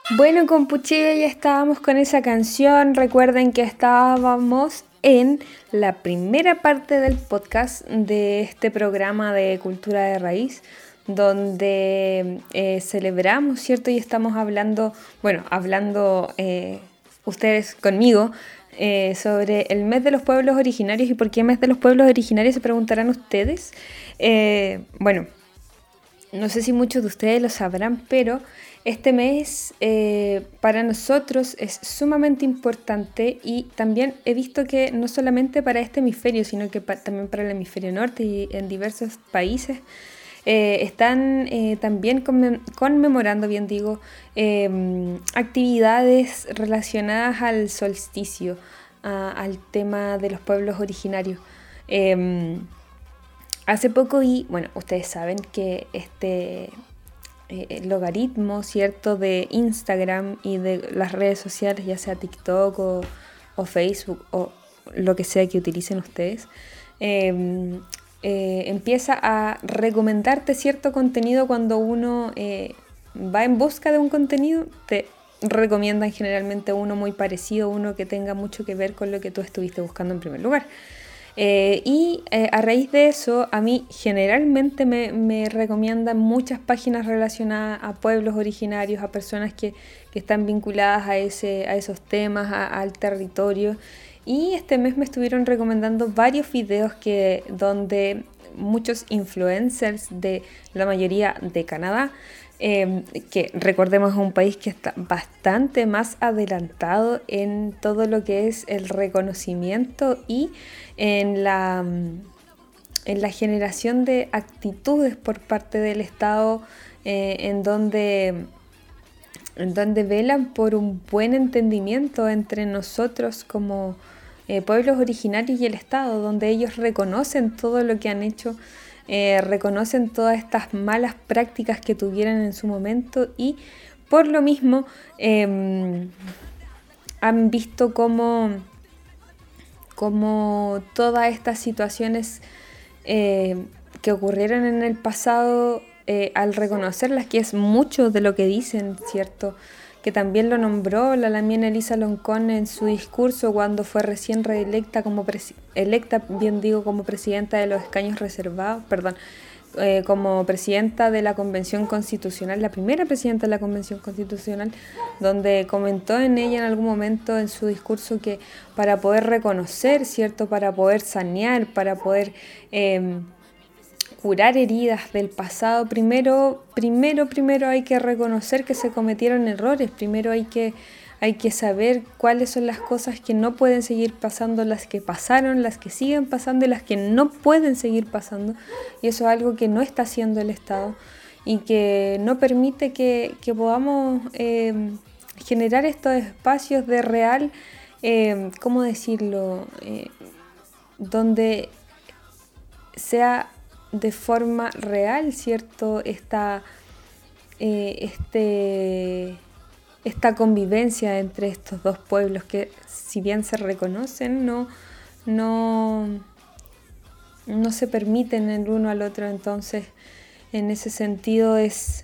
Bueno, con Puchilla ya estábamos con esa canción. Recuerden que estábamos en la primera parte del podcast de este programa de Cultura de Raíz, donde celebramos, ¿cierto? Y estamos hablando, ustedes conmigo, sobre el mes de los pueblos originarios. ¿Y por qué mes de los pueblos originarios? Se preguntarán ustedes. Bueno, no sé si muchos de ustedes lo sabrán, pero este mes para nosotros es sumamente importante y también he visto que no solamente para este hemisferio, sino que también para el hemisferio norte y en diversos países están también conmemorando, bien digo, actividades relacionadas al solsticio, al tema de los pueblos originarios. Hace poco bueno, ustedes saben que logaritmo, ¿cierto?, de Instagram y de las redes sociales, ya sea TikTok o Facebook o lo que sea que utilicen ustedes, empieza a recomendarte cierto contenido cuando uno va en busca de un contenido. Te recomiendan generalmente uno muy parecido, uno que tenga mucho que ver con lo que tú estuviste buscando en primer lugar. A raíz de eso, a mí generalmente me recomiendan muchas páginas relacionadas a pueblos originarios, a personas que están vinculadas a esos temas, al territorio. Y este mes me estuvieron recomendando varios videos donde muchos influencers de la mayoría de Canadá, que recordemos es un país que está bastante más adelantado en todo lo que es el reconocimiento y en la generación de actitudes por parte del Estado, en donde velan por un buen entendimiento entre nosotros como pueblos originarios y el Estado, donde ellos reconocen todo lo que han hecho, reconocen todas estas malas prácticas que tuvieron en su momento y por lo mismo han visto cómo todas estas situaciones que ocurrieron en el pasado, al reconocerlas, que es mucho de lo que dicen, ¿cierto? Que también lo nombró la Lamien Elisa Loncón en su discurso cuando fue recién reelecta como como presidenta de los escaños reservados, como presidenta de la Convención Constitucional, la primera presidenta de la Convención Constitucional, donde comentó en ella en algún momento en su discurso que para poder reconocer, ¿cierto?, para poder sanear, para poder curar heridas del pasado, primero hay que reconocer que se cometieron errores, primero hay que saber cuáles son las cosas que no pueden seguir pasando, las que pasaron, las que siguen pasando y las que no pueden seguir pasando. Y eso es algo que no está haciendo el Estado y que no permite que podamos generar estos espacios de real, ¿cómo decirlo?, donde sea de forma real, ¿cierto?, esta convivencia entre estos dos pueblos que, si bien se reconocen, no se permiten el uno al otro. Entonces, en ese sentido es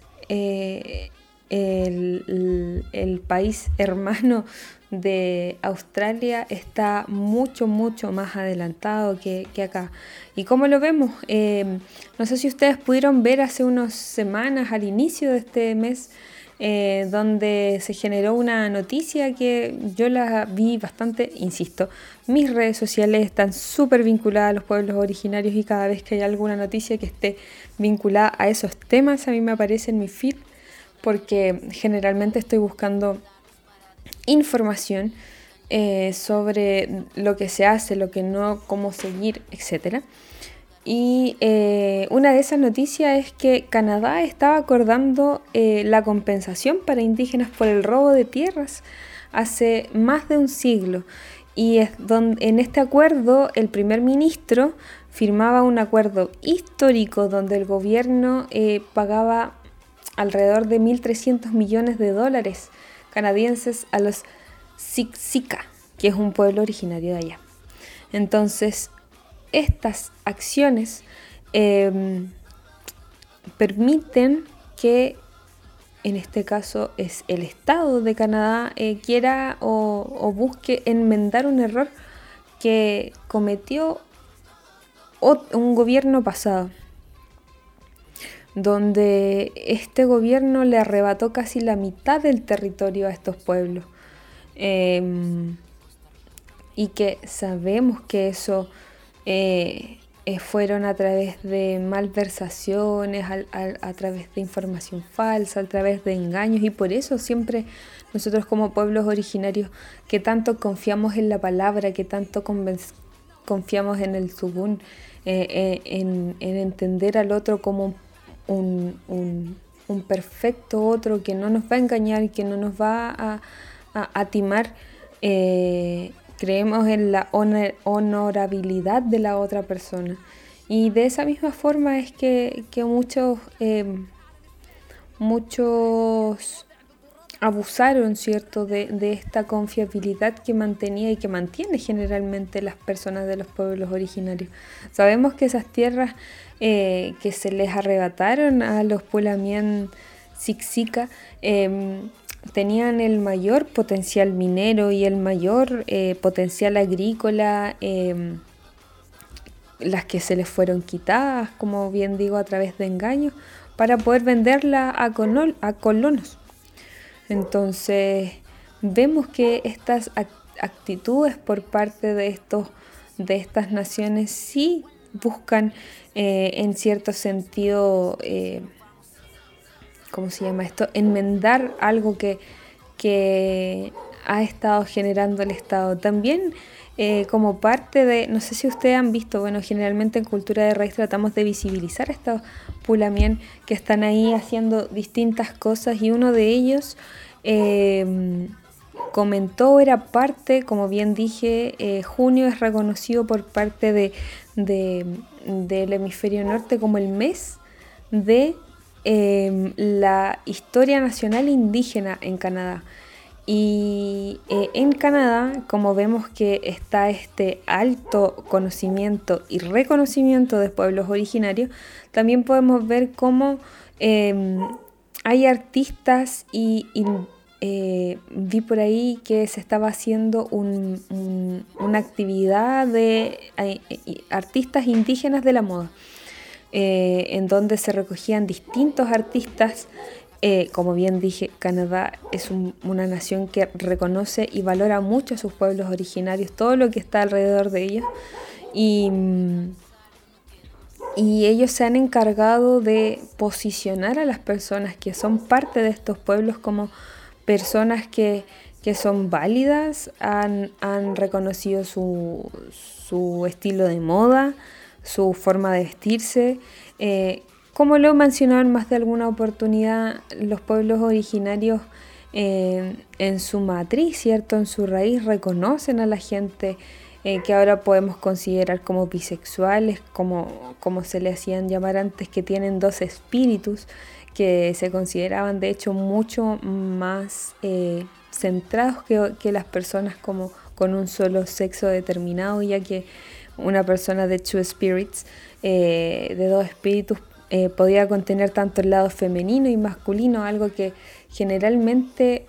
el país hermano de Australia está mucho más adelantado que acá. ¿Y cómo lo vemos? No sé si ustedes pudieron ver hace unas semanas, al inicio de este mes, donde se generó una noticia que yo la vi bastante, insisto, mis redes sociales están súper vinculadas a los pueblos originarios y cada vez que hay alguna noticia que esté vinculada a esos temas, a mí me aparece en mi feed, porque generalmente estoy buscando información sobre lo que se hace, lo que no, cómo seguir, etc. Y una de esas noticias es que Canadá estaba acordando la compensación para indígenas por el robo de tierras hace más de un siglo. Y en este acuerdo el primer ministro firmaba un acuerdo histórico donde el gobierno pagaba alrededor de 1.300 millones de dólares canadienses a los Siksika, que es un pueblo originario de allá. Entonces, estas acciones permiten que en este caso es el Estado de Canadá, quiera o busque enmendar un error que cometió un gobierno pasado, donde este gobierno le arrebató casi la mitad del territorio a estos pueblos. Y que sabemos que eso fueron a través de malversaciones, a través de información falsa, a través de engaños, y por eso siempre nosotros como pueblos originarios que tanto confiamos en la palabra, que tanto confiamos en el Zugún, en entender al otro como un perfecto otro que no nos va a engañar, que no nos va a timar, creemos en la honorabilidad de la otra persona. Y de esa misma forma es que muchos abusaron, ¿cierto?, de esta confiabilidad que mantenía y que mantiene generalmente las personas de los pueblos originarios. Sabemos que esas tierras que se les arrebataron a los Pulamien Siksika tenían el mayor potencial minero y el mayor potencial agrícola, las que se les fueron quitadas, como bien digo, a través de engaños, para poder venderla a colonos. Entonces vemos que estas actitudes por parte de estas naciones sí buscan en cierto sentido, ¿cómo se llama esto?, enmendar algo que ha estado generando el Estado. También como parte de, no sé si ustedes han visto, bueno, generalmente en Cultura de Raíz tratamos de visibilizar a estos Pulamien que están ahí haciendo distintas cosas, y uno de ellos comentó, era parte, como bien dije, junio es reconocido por parte del hemisferio norte como el mes de la historia nacional indígena en Canadá. Y en Canadá, como vemos que está este alto conocimiento y reconocimiento de pueblos originarios, también podemos ver cómo hay artistas y vi por ahí que se estaba haciendo una actividad de artistas indígenas de la moda, en donde se recogían distintos artistas. Como bien dije, Canadá es una nación que reconoce y valora mucho a sus pueblos originarios, todo lo que está alrededor de ellos, y ellos se han encargado de posicionar a las personas que son parte de estos pueblos como personas que son válidas, han reconocido su estilo de moda, su forma de vestirse. Como lo he mencionado en más de alguna oportunidad, los pueblos originarios en su matriz, ¿cierto?, en su raíz, reconocen a la gente que ahora podemos considerar como bisexuales, como se le hacían llamar antes, que tienen dos espíritus, que se consideraban de hecho mucho más centrados que las personas como con un solo sexo determinado, ya que una persona de two spirits, de dos espíritus, podía contener tanto el lado femenino y masculino, algo que generalmente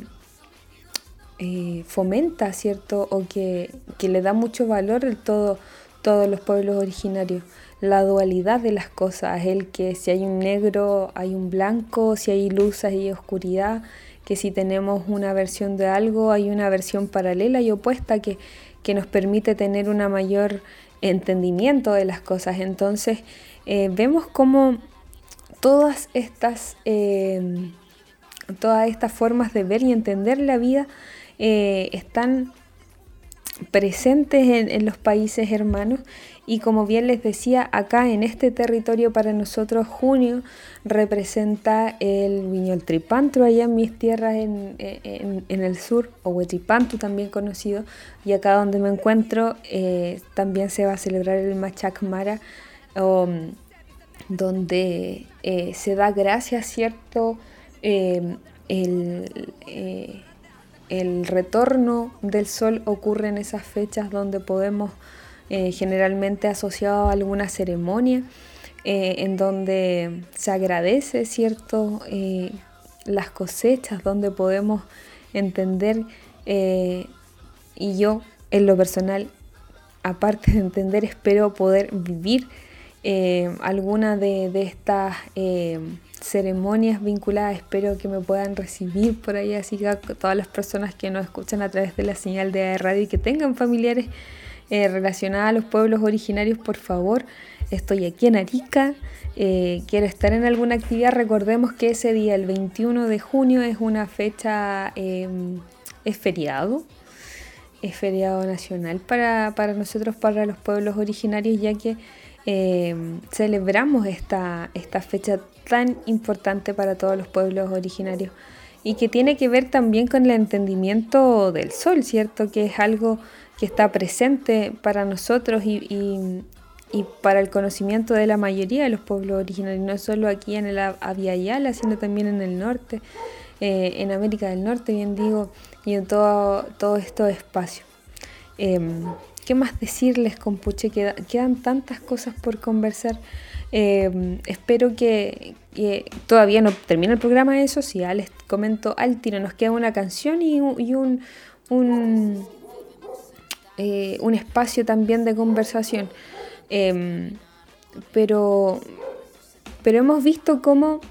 fomenta, ¿cierto?, o que le da mucho valor en todos los pueblos originarios. La dualidad de las cosas, el que si hay un negro hay un blanco, si hay luz hay oscuridad, que si tenemos una versión de algo hay una versión paralela y opuesta que nos permite tener un mayor entendimiento de las cosas. Entonces vemos cómo todas estas formas de ver y entender la vida están presentes en los países hermanos, y como bien les decía, acá en este territorio para nosotros junio representa el Viñoltripantru, allá en mis tierras en el sur, o Huetripantu también conocido, y acá donde me encuentro también se va a celebrar el Machacmara, donde se da gracias, ¿cierto?, el retorno del sol ocurre en esas fechas, donde podemos generalmente asociado a alguna ceremonia en donde se agradece, ¿cierto?, las cosechas, donde podemos entender, y yo en lo personal, aparte de entender, espero poder vivir alguna de estas ceremonias vinculadas. Espero que me puedan recibir por ahí, así que a todas las personas que nos escuchan a través de la señal de radio y que tengan familiares relacionados a los pueblos originarios, por favor, estoy aquí en Arica, quiero estar en alguna actividad. Recordemos que ese día, el 21 de junio, es una fecha, es feriado nacional para nosotros, para los pueblos originarios, ya que celebramos esta fecha tan importante para todos los pueblos originarios y que tiene que ver también con el entendimiento del sol, ¿cierto? Que es algo que está presente para nosotros y para el conocimiento de la mayoría de los pueblos originarios, no solo aquí en el Abya Yala, sino también en el norte, en América del Norte, bien digo, y en todo estos espacios. ¿Qué más decirles, compuche? Quedan tantas cosas por conversar. Espero que todavía no termine el programa, eso sí, les comento al tiro. Nos queda una canción y un espacio también de conversación. Pero hemos visto cómo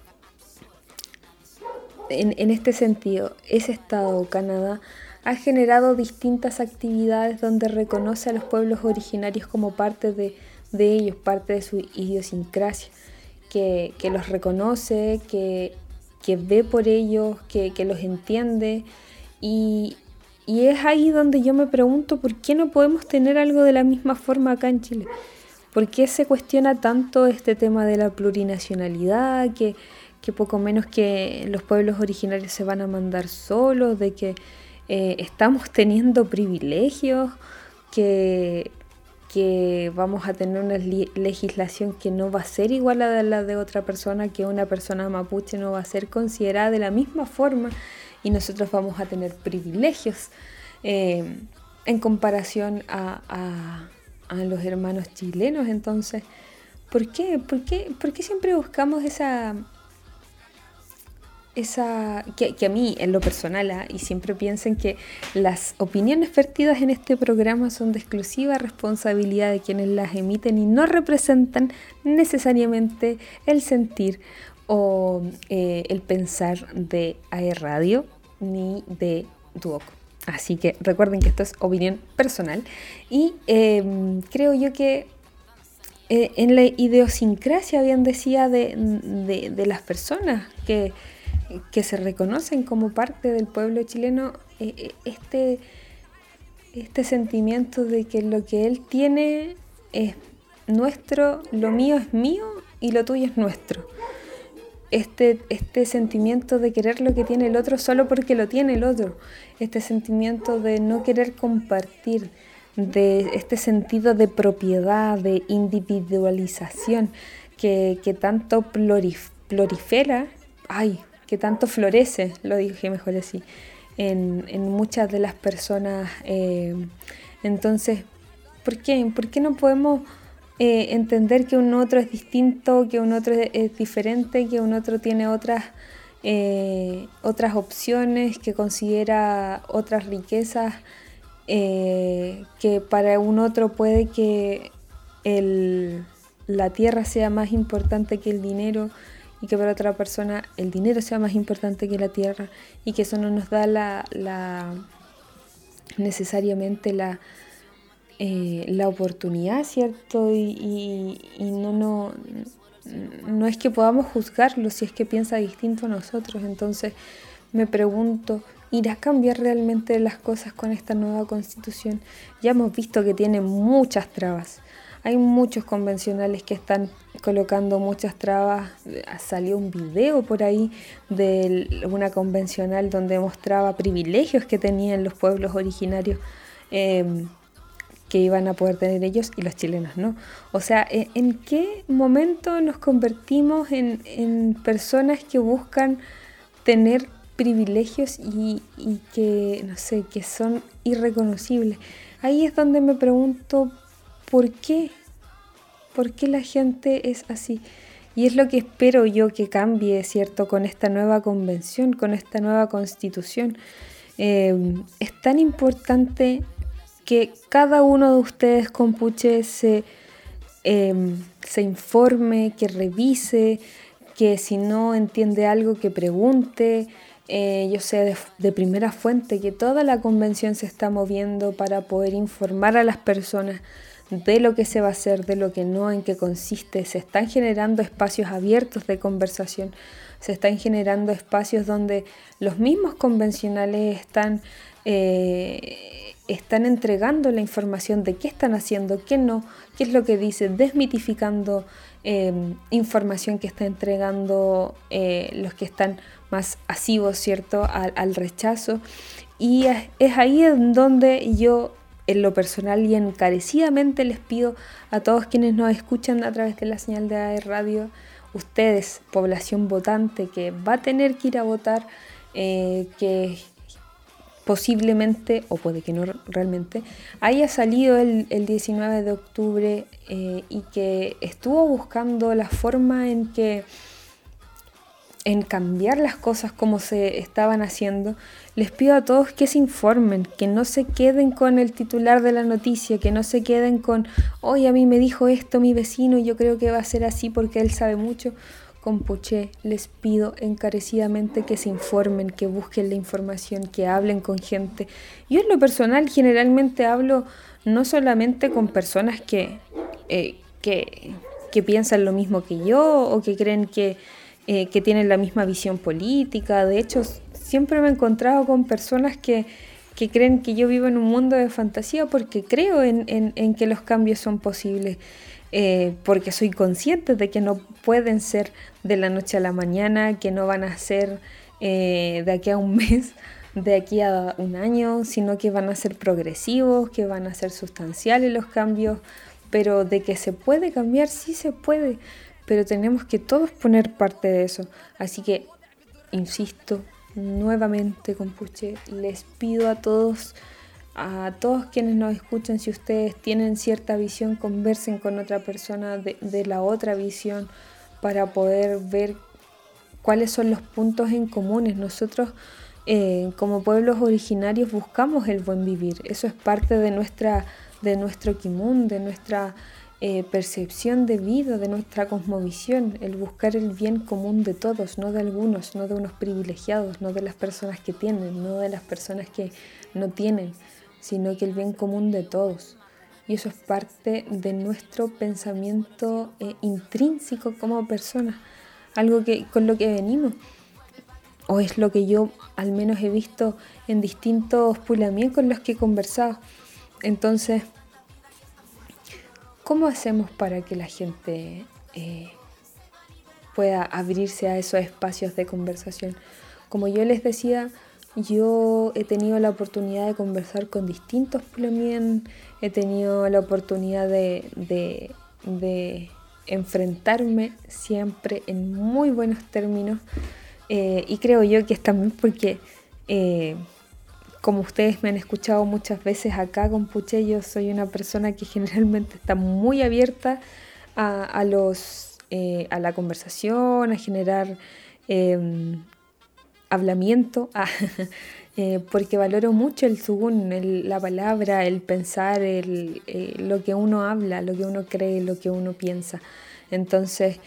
en este sentido ese estado, Canadá, ha generado distintas actividades donde reconoce a los pueblos originarios como parte de ellos, parte de su idiosincrasia, que los reconoce, que ve por ellos, que los entiende. Y es ahí donde yo me pregunto por qué no podemos tener algo de la misma forma acá en Chile. ¿Por qué se cuestiona tanto este tema de la plurinacionalidad, que poco menos que los pueblos originarios se van a mandar solos, de que estamos teniendo privilegios, que vamos a tener una legislación que no va a ser igual a la de otra persona, que una persona mapuche no va a ser considerada de la misma forma y nosotros vamos a tener privilegios en comparación a los hermanos chilenos? Entonces, ¿por qué siempre buscamos esa que a mí en lo personal, y siempre piensen que las opiniones vertidas en este programa son de exclusiva responsabilidad de quienes las emiten y no representan necesariamente el sentir o el pensar de AE Radio ni de Duoc? Así que recuerden que esto es opinión personal y creo yo que en la idiosincrasia, bien decía, de las personas que se reconocen como parte del pueblo chileno, este sentimiento de que lo que él tiene es nuestro, lo mío es mío y lo tuyo es nuestro. Este sentimiento de querer lo que tiene el otro solo porque lo tiene el otro. Este sentimiento de no querer compartir, de este sentido de propiedad, de individualización que tanto prolifera, que tanto florece, lo dije mejor así, en muchas de las personas. Entonces, ¿por qué? ¿Por qué no podemos entender que un otro es distinto, que un otro es diferente, que un otro tiene otras opciones, que considera otras riquezas, que para un otro puede que la tierra sea más importante que el dinero, y que para otra persona el dinero sea más importante que la tierra, y que eso no nos da necesariamente la oportunidad, ¿cierto? Y no es que podamos juzgarlo si es que piensa distinto a nosotros. Entonces me pregunto, ¿irá a cambiar realmente las cosas con esta nueva constitución? Ya hemos visto que tiene muchas trabas. Hay muchos convencionales que están colocando muchas trabas. Salió un video por ahí de una convencional donde mostraba privilegios que tenían los pueblos originarios, que iban a poder tener ellos y los chilenos no. O sea, ¿en qué momento nos convertimos en personas que buscan tener privilegios y que, no sé, que son irreconocibles? Ahí es donde me pregunto, ¿por qué? ¿Por qué la gente es así? Y es lo que espero yo que cambie, ¿cierto? Con esta nueva convención, con esta nueva constitución. Es tan importante que cada uno de ustedes, compuche, se informe, que revise, que si no entiende algo, que pregunte. Yo sé de primera fuente que toda la convención se está moviendo para poder informar a las personas de lo que se va a hacer, de lo que no, en qué consiste. Se están generando espacios abiertos de conversación, se están generando espacios donde los mismos convencionales están entregando la información de qué están haciendo, qué no, qué es lo que dicen, desmitificando información que está entregando los que están más asivos, ¿cierto?, al rechazo. Y es ahí en donde yo, en lo personal y encarecidamente, les pido a todos quienes nos escuchan a través de la señal de AE Radio, ustedes, población votante que va a tener que ir a votar, que posiblemente, o puede que no realmente, haya salido el 19 de octubre y que estuvo buscando la forma en cambiar las cosas como se estaban haciendo. Les pido a todos que se informen, que no se queden con el titular de la noticia, que no se queden con, hoy a mí me dijo esto mi vecino y yo creo que va a ser así porque él sabe mucho. Compuche, les pido encarecidamente que se informen, que busquen la información, que hablen con gente. Yo en lo personal generalmente hablo no solamente con personas que piensan lo mismo que yo o que creen que tienen la misma visión política. De hecho, siempre me he encontrado con personas que creen que yo vivo en un mundo de fantasía porque creo en que los cambios son posibles. Porque soy consciente de que no pueden ser de la noche a la mañana, que no van a ser de aquí a un mes, de aquí a un año, sino que van a ser progresivos, que van a ser sustanciales los cambios, pero de que se puede cambiar, sí se puede, pero tenemos que todos poner parte de eso. Así que, insisto, nuevamente, compuche, les pido a todos quienes nos escuchan, si ustedes tienen cierta visión, conversen con otra persona de la otra visión para poder ver cuáles son los puntos en comunes. Nosotros como pueblos originarios buscamos el buen vivir. Eso es parte de nuestro quimun, de nuestra percepción de vida, de nuestra cosmovisión, el buscar el bien común de todos, no de algunos, no de unos privilegiados, no de las personas que tienen, no de las personas que no tienen, sino que el bien común de todos. Y eso es parte de nuestro pensamiento intrínseco como personas, algo con lo que venimos, o es lo que yo al menos he visto en distintos pulamíes con los que he conversado. Entonces, ¿cómo hacemos para que la gente pueda abrirse a esos espacios de conversación? Como yo les decía, yo he tenido la oportunidad de conversar con distintos pulamíes, he tenido la oportunidad de enfrentarme siempre en muy buenos términos, y creo yo que es también porque, como ustedes me han escuchado muchas veces acá, compuche, yo soy una persona que generalmente está muy abierta a la conversación, a generar hablamiento, porque valoro mucho el sugún, la palabra, el pensar, lo que uno habla, lo que uno cree, lo que uno piensa. Entonces,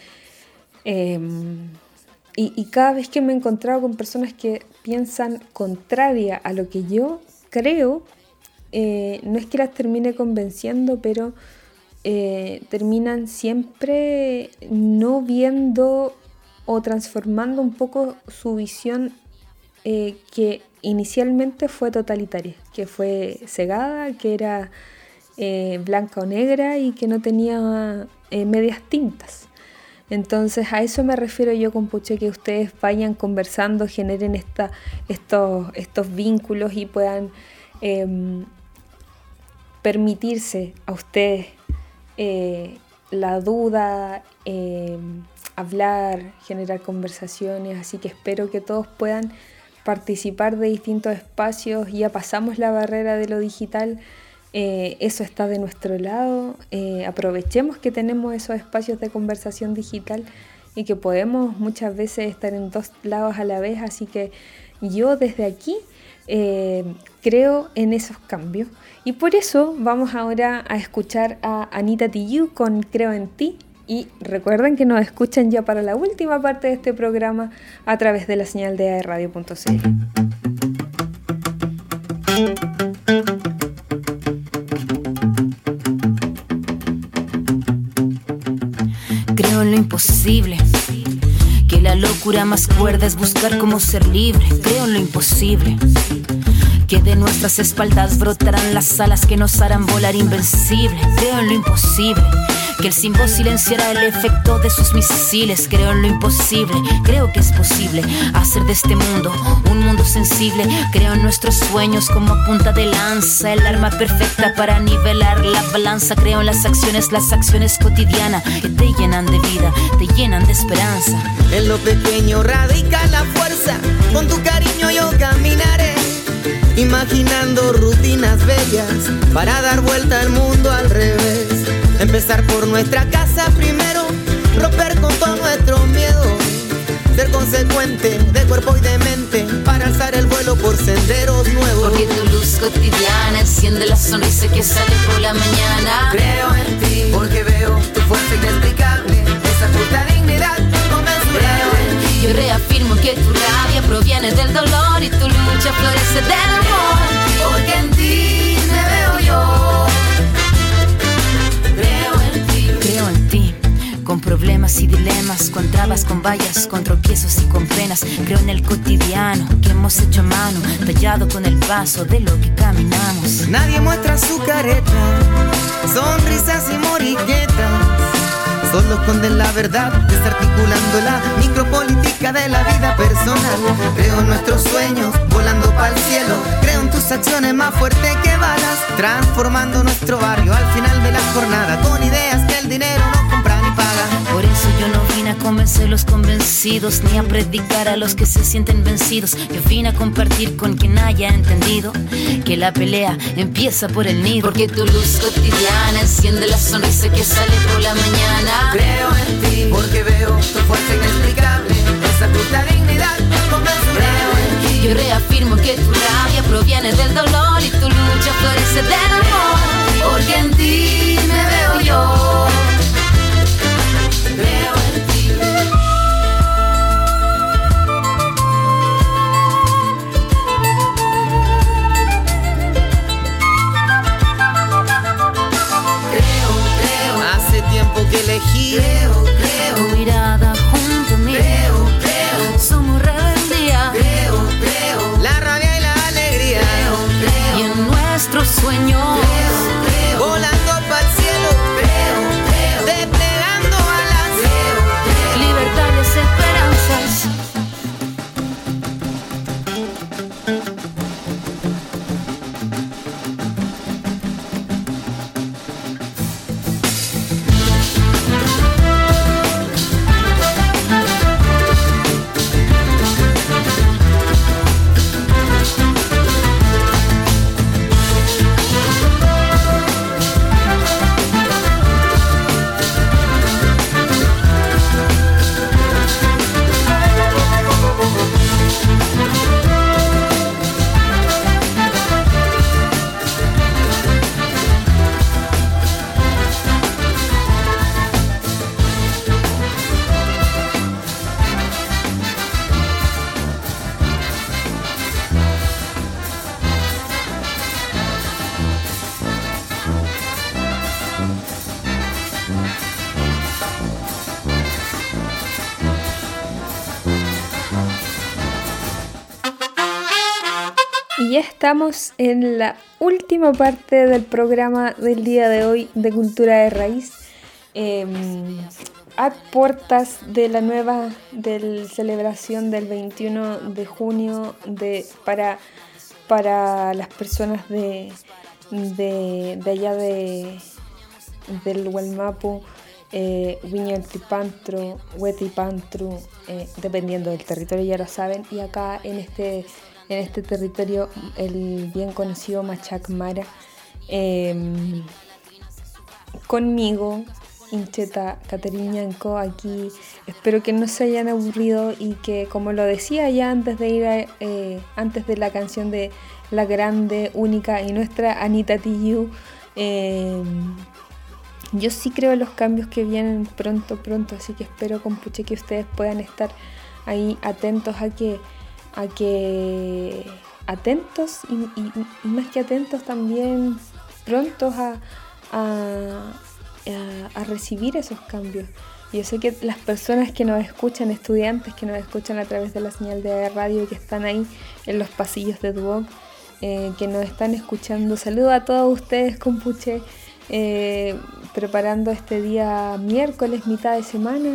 y cada vez que me he encontrado con personas que piensan contraria a lo que yo creo, no es que las termine convenciendo, pero terminan siempre no viendo o transformando un poco su visión, que inicialmente fue totalitaria, que fue cegada, que era blanca o negra y que no tenía medias tintas. Entonces a eso me refiero yo, compuche, que ustedes vayan conversando, generen estos vínculos y puedan permitirse a ustedes la duda, hablar, generar conversaciones. Así que espero que todos puedan participar de distintos espacios. Ya pasamos la barrera de lo digital, eso está de nuestro lado. Aprovechemos que tenemos esos espacios de conversación digital y que podemos muchas veces estar en dos lados a la vez, así que yo desde aquí creo en esos cambios y por eso vamos ahora a escuchar a Anita Tijoux con Creo en ti. Y recuerden que nos escuchan ya para la última parte de este programa a través de la señal de aerradio.cl. Creo en lo imposible, que la locura más cuerda es buscar cómo ser libre. Creo en lo imposible, que de nuestras espaldas brotarán las alas que nos harán volar invencible. Creo en lo imposible, que el Simbo silenciará el efecto de sus misiles. Creo en lo imposible, creo que es posible hacer de este mundo un mundo sensible. Creo en nuestros sueños como punta de lanza, el arma perfecta para nivelar la balanza. Creo en las acciones cotidianas que te llenan de vida, te llenan de esperanza. En lo pequeño radica la fuerza, con tu cariño yo caminaré, imaginando rutinas bellas para dar vuelta al mundo al revés. Empezar por nuestra casa primero, romper con todo nuestro miedo, ser consecuente de cuerpo y de mente para alzar el vuelo por senderos nuevos. Porque tu luz cotidiana enciende la sonrisa que sale por la mañana. Creo en ti, porque veo tu fuerza inexplicable, esa justa dignidad inconmensurable. Yo reafirmo que tu rabia proviene del dolor y tu lucha florece del amor. Porque en ti me veo yo. Creo en ti, con problemas y dilemas, con trabas, con vallas, con tropiezos y con penas. Creo en el cotidiano que hemos hecho a mano, tallado con el paso de lo que caminamos. Nadie muestra su careta, sonrisas y moriquetas, solo esconden la verdad, desarticulando la micropolítica de la vida personal. Creo en nuestros sueños, volando pa'l cielo. Creo en tus acciones más fuertes que balas, transformando nuestro barrio al final de la jornada, con ideas que el dinero no compra ni paga. Por eso yo no vine a convencer a los convencidos, ni a predicar a los que se sienten vencidos. Yo vine a compartir con quien haya entendido que la pelea empieza por el nido. Porque tu luz cotidiana enciende la sonrisa que sale por la mañana. Creo en ti, porque veo tu fuerza inexplicable, esa justa dignidad inconmensurable. Yo reafirmo que tu rabia proviene del dolor y tu lucha florece del amor. Porque en ti me veo yo. Creo en ti. Creo, hace tiempo que elegí. Creo, tu mirada junto a mí. Creo, somos rebeldía. Creo, la rabia y la alegría. Y en nuestros sueños, volando pa'l cielo. Desplegando alas. libertades, esperanzas. Y ya estamos en la última parte del programa del día de hoy de Cultura de Raíz, a puertas de la nueva celebración del 21 de junio para las personas de allá del Wallmapu, Huiñaltipantru, Huetipantru, dependiendo del territorio, ya lo saben. Y acá en este territorio, el bien conocido Machac Mara, conmigo Incheta Cateriñanco aquí. Espero que no se hayan aburrido y que, como lo decía ya antes de ir antes de la canción de la grande, única y nuestra Anita Tijoux, yo sí creo en los cambios que vienen pronto, así que espero, compuche, que ustedes puedan estar ahí atentos atentos y más que atentos también prontos a recibir esos cambios. Yo sé que las personas que nos escuchan, estudiantes que nos escuchan a través de la señal de radio, que están ahí en los pasillos de Duoc, que nos están escuchando, saludo a todos ustedes, compuche, preparando este día miércoles, mitad de semana,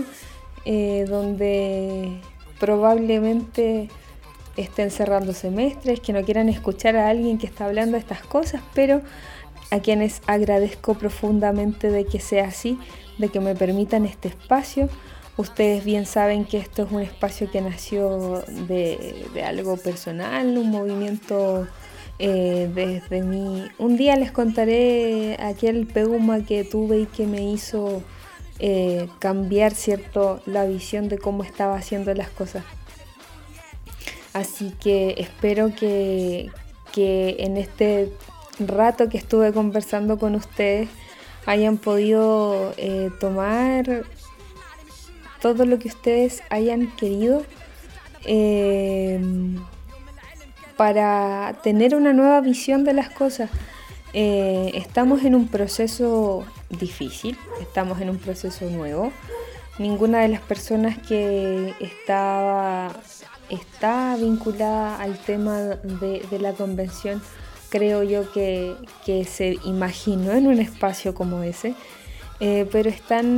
donde probablemente estén cerrando semestres, que no quieran escuchar a alguien que está hablando de estas cosas, pero a quienes agradezco profundamente de que sea así, de que me permitan este espacio. Ustedes bien saben que esto es un espacio que nació de algo personal, un movimiento desde mí. Un día les contaré aquel peuma que tuve y que me hizo cambiar, ¿cierto?, la visión de cómo estaba haciendo las cosas. Así que espero que en este rato que estuve conversando con ustedes hayan podido tomar todo lo que ustedes hayan querido para tener una nueva visión de las cosas. Estamos en un proceso difícil, estamos en un proceso nuevo. Ninguna de las personas que está vinculada al tema de la convención, creo yo que se imaginó en un espacio como ese, pero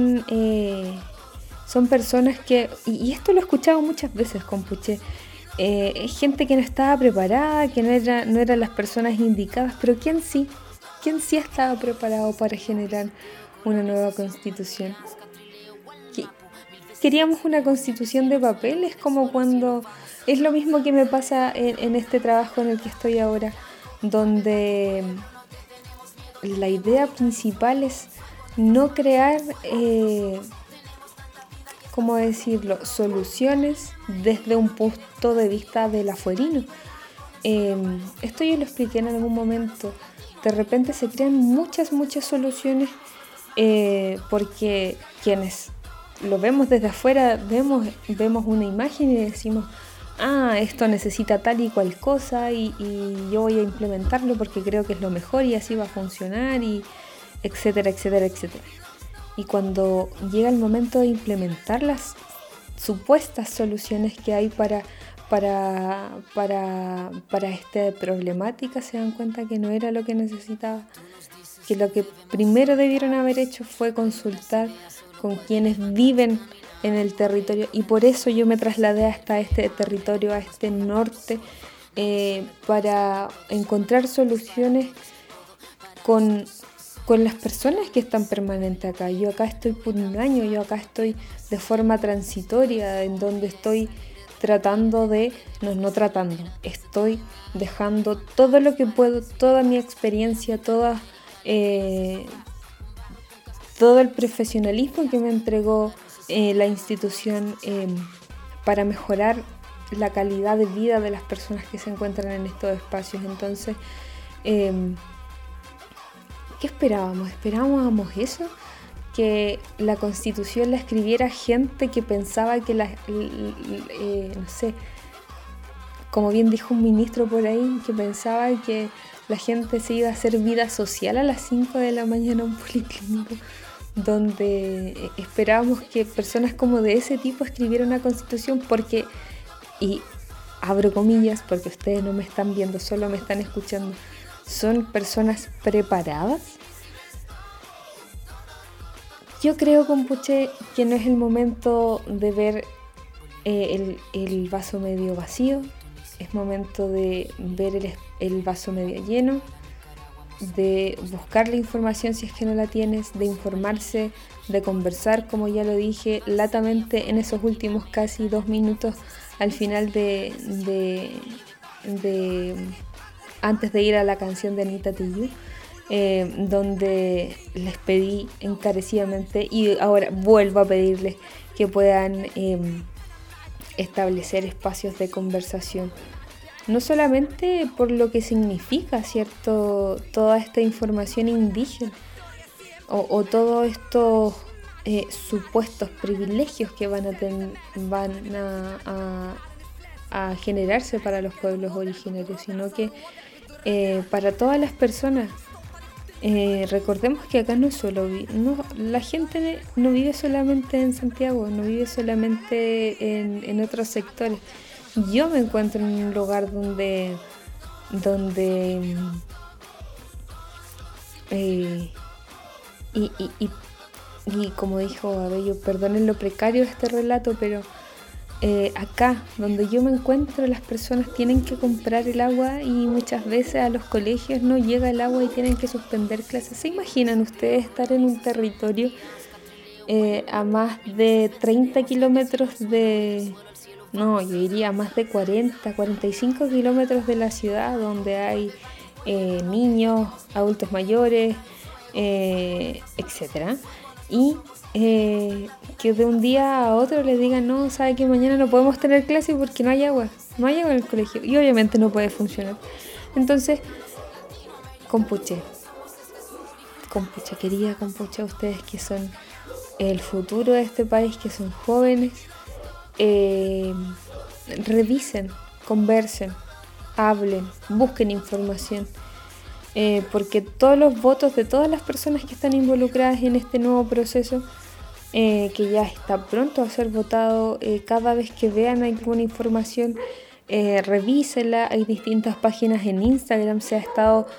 son personas que, y esto lo he escuchado muchas veces, compuche, gente que no estaba preparada, que no eran las personas indicadas, pero ¿quién sí estaba preparado para generar una nueva constitución? Queríamos una constitución de papel, es como cuando, es lo mismo que me pasa en este trabajo en el que estoy ahora, donde la idea principal es no crear, ¿cómo decirlo?, soluciones desde un punto de vista del afuerino. Esto yo lo expliqué en algún momento. De repente se crean muchas soluciones porque quienes lo vemos desde afuera, vemos una imagen y decimos, esto necesita tal y cual cosa y yo voy a implementarlo porque creo que es lo mejor y así va a funcionar, y etcétera. Y cuando llega el momento de implementar las supuestas soluciones que hay para esta problemática, se dan cuenta que no era lo que necesitaba, que lo que primero debieron haber hecho fue consultar con quienes viven en el territorio, y por eso yo me trasladé hasta este territorio, a este norte, para encontrar soluciones con las personas que están permanentes acá. Yo acá estoy por un año, yo acá estoy de forma transitoria, en donde estoy estoy dejando todo lo que puedo, toda mi experiencia, todo el profesionalismo que me entregó la institución para mejorar la calidad de vida de las personas que se encuentran en estos espacios. Entonces, ¿qué esperábamos? ¿Esperábamos eso? Que la Constitución la escribiera gente que pensaba que no sé, como bien dijo un ministro por ahí, que pensaba que la gente se iba a hacer vida social a las 5 de la mañana en un policlínico, donde esperábamos que personas como de ese tipo escribieran una Constitución porque, y abro comillas porque ustedes no me están viendo, solo me están escuchando, son personas preparadas. Yo creo, compuche, que no es el momento de ver el vaso medio vacío, es momento de ver el vaso medio lleno, de buscar la información si es que no la tienes, de informarse, de conversar, como ya lo dije latamente en esos últimos casi 2 minutos al final de antes de ir a la canción de Anita Tijoux. donde les pedí encarecidamente y ahora vuelvo a pedirles que puedan establecer espacios de conversación. No solamente por lo que significa, ¿cierto?, toda esta información indígena o todos estos supuestos privilegios que van a generarse para los pueblos originarios, sino que para todas las personas. Recordemos que acá no solo la gente no vive solamente en Santiago, no vive solamente en otros sectores. Yo me encuentro en un lugar donde y como dijo Abello, perdonen lo precario de este relato, pero acá donde yo me encuentro, las personas tienen que comprar el agua y muchas veces a los colegios no llega el agua y tienen que suspender clases. ¿Se imaginan ustedes estar en un territorio a más de 30 kilómetros yo diría más de 40, 45 kilómetros de la ciudad, donde hay niños, adultos mayores, etcétera, y que de un día a otro les digan, no, sabe que mañana no podemos tener clase porque no hay agua en el colegio, y obviamente no puede funcionar. Entonces, Compuche, querida Compuche, ustedes que son el futuro de este país, que son jóvenes, revisen, conversen, hablen, busquen información, porque todos los votos de todas las personas que están involucradas en este nuevo proceso, que ya está pronto a ser votado, cada vez que vean alguna información, revísenla. Hay distintas páginas en Instagram, se ha estado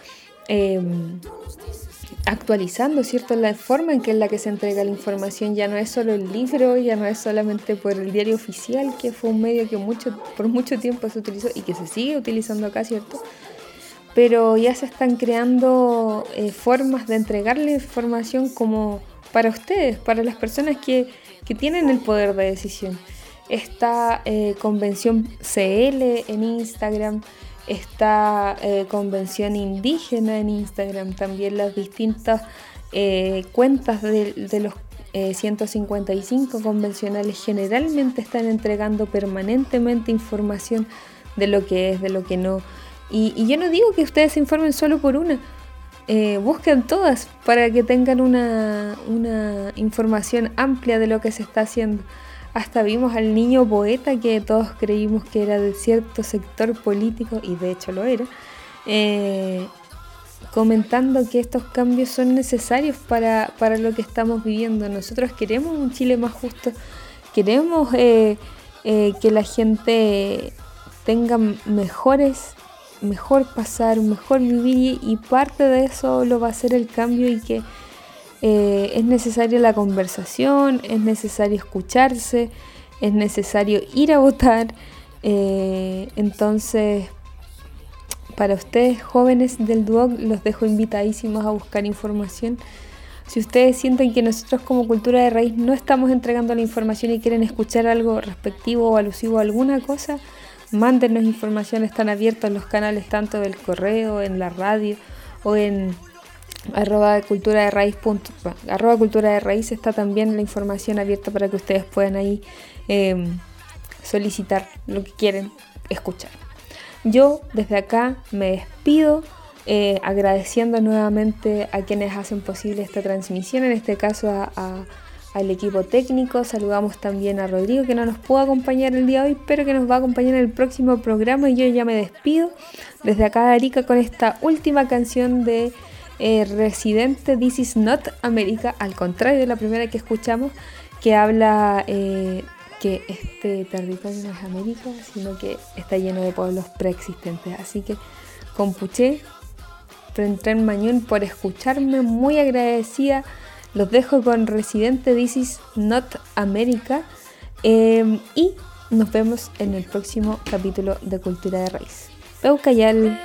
actualizando, ¿cierto?, la forma en la que se entrega la información. Ya no es solo el libro, ya no es solamente por el diario oficial, que fue un medio que por mucho tiempo se utilizó y que se sigue utilizando acá, ¿cierto? Pero ya se están creando formas de entregar la información como para ustedes, para las personas que tienen el poder de decisión. Esta Convención CL en Instagram, esta Convención Indígena en Instagram, también las distintas cuentas de los 155 convencionales generalmente están entregando permanentemente información de lo que es, de lo que no. Y yo no digo que ustedes se informen solo por una, busquen todas para que tengan una información amplia de lo que se está haciendo. Hasta vimos al niño poeta que todos creímos que era de cierto sector político, y de hecho lo era, comentando que estos cambios son necesarios para lo que estamos viviendo. Nosotros queremos un Chile más justo, queremos que la gente tenga mejor pasar, mejor vivir, y parte de eso lo va a ser el cambio, y que es necesaria la conversación, es necesario escucharse, es necesario ir a votar. Entonces, para ustedes jóvenes del Duoc, los dejo invitadísimos a buscar información. Si ustedes sienten que nosotros como Cultura de Raíz no estamos entregando la información y quieren escuchar algo respectivo o alusivo a alguna cosa, mándenos información. Están abiertos los canales tanto del correo, en la radio o en @cultura de raíz está también la información abierta para que ustedes puedan ahí solicitar lo que quieren escuchar. Yo desde acá me despido, agradeciendo nuevamente a quienes hacen posible esta transmisión, en este caso al equipo técnico. Saludamos también a Rodrigo, que no nos pudo acompañar el día de hoy, pero que nos va a acompañar en el próximo programa. Y yo ya me despido desde acá de Arica con esta última canción de Residente, This Is Not America, al contrario de la primera que escuchamos, que habla que este territorio no es América, sino que está lleno de pueblos preexistentes. Así que Compuche, Prentren Mañún, por escucharme, muy agradecida. Los dejo con Residente, This Is Not America, y nos vemos en el próximo capítulo de Cultura de Raíz. Peucayal.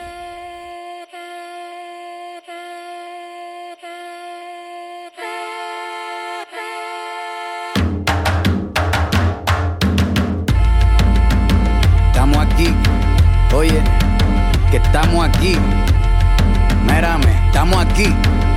Estamos aquí, oye, que estamos aquí. Mírame, estamos aquí.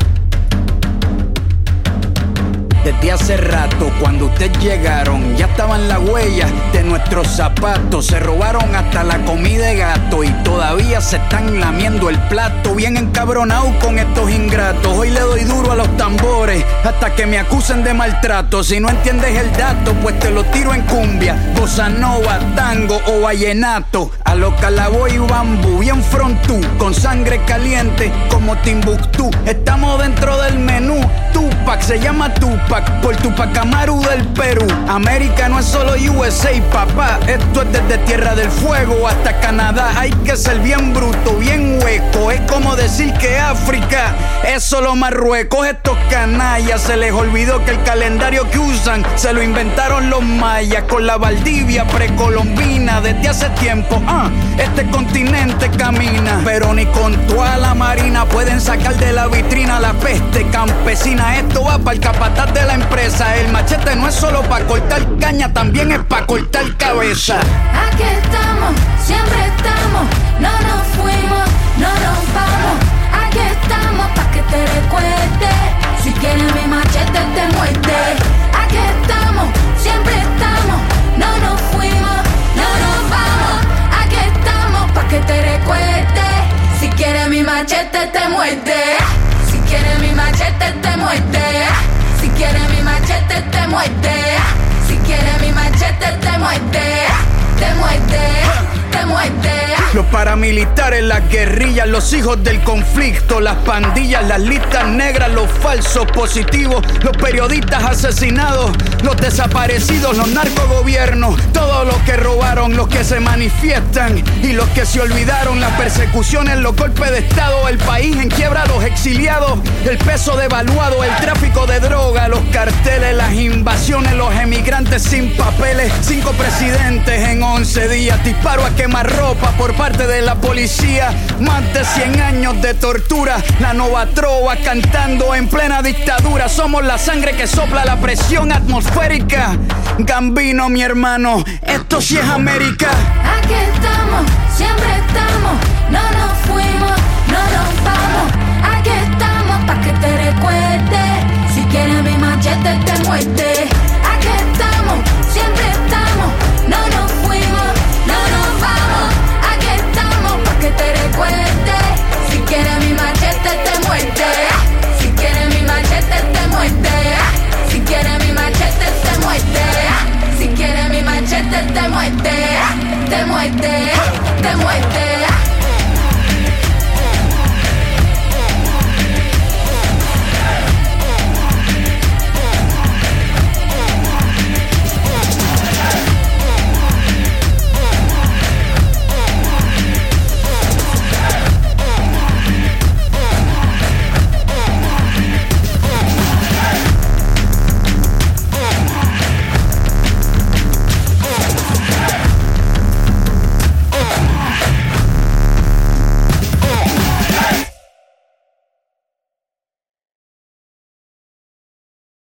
Desde hace rato, cuando ustedes llegaron, ya estaban las huellas de nuestros zapatos. Se robaron hasta la comida de gato y todavía se están lamiendo el plato. Bien encabronados con estos ingratos. Hoy le doy duro a los tambores hasta que me acusen de maltrato. Si no entiendes el dato, pues te lo tiro en cumbia, bossa nova, tango o vallenato. A lo Calaboy y Bambú, bien frontú, con sangre caliente como Timbuktu. Estamos dentro del menú. Tupac se llama Tupac por Tupac Amaru del Perú. América no es solo USA, papá. Esto es desde Tierra del Fuego hasta Canadá. Hay que ser bien bruto, bien hueco. Es como decir que África es solo Marruecos. Estos canallas se les olvidó que el calendario que usan se lo inventaron los mayas con la Valdivia precolombina. Desde hace tiempo, este continente camina, pero ni con toda la marina pueden sacar de la vitrina la peste campesina. Esto va para el capataz de la empresa. El machete no es solo para cortar caña, también es para cortar cabeza. Aquí estamos, siempre estamos, no nos fuimos, no nos vamos. Aquí estamos pa' que te recuerdes. Si quieres mi machete te muerde. Aquí estamos, siempre estamos, no nos fuimos, no nos vamos. Aquí estamos pa' que te recuerdes. Si quieres mi machete te muerde. Si quieres mi machete te muerde. Si quieres mi machete te muerde. Si quieres mi machete te muerde. Te muerde, te muerde. Los paramilitares, las guerrillas, los hijos del conflicto, las pandillas, las listas negras, los falsos positivos, los periodistas asesinados, los desaparecidos, los narcogobiernos, todos los que robaron, los que se manifiestan y los que se olvidaron, las persecuciones, los golpes de estado, el país en quiebra, los exiliados, el peso devaluado, el tráfico de droga, los carteles, las invasiones, los emigrantes sin papeles, 5 presidentes en 11 días, disparo a quemarropa por parte de la policía, más de 100 años de tortura, la nova trova cantando en plena dictadura. Somos la sangre que sopla la presión atmosférica. Gambino, mi hermano, esto sí es América. Aquí estamos,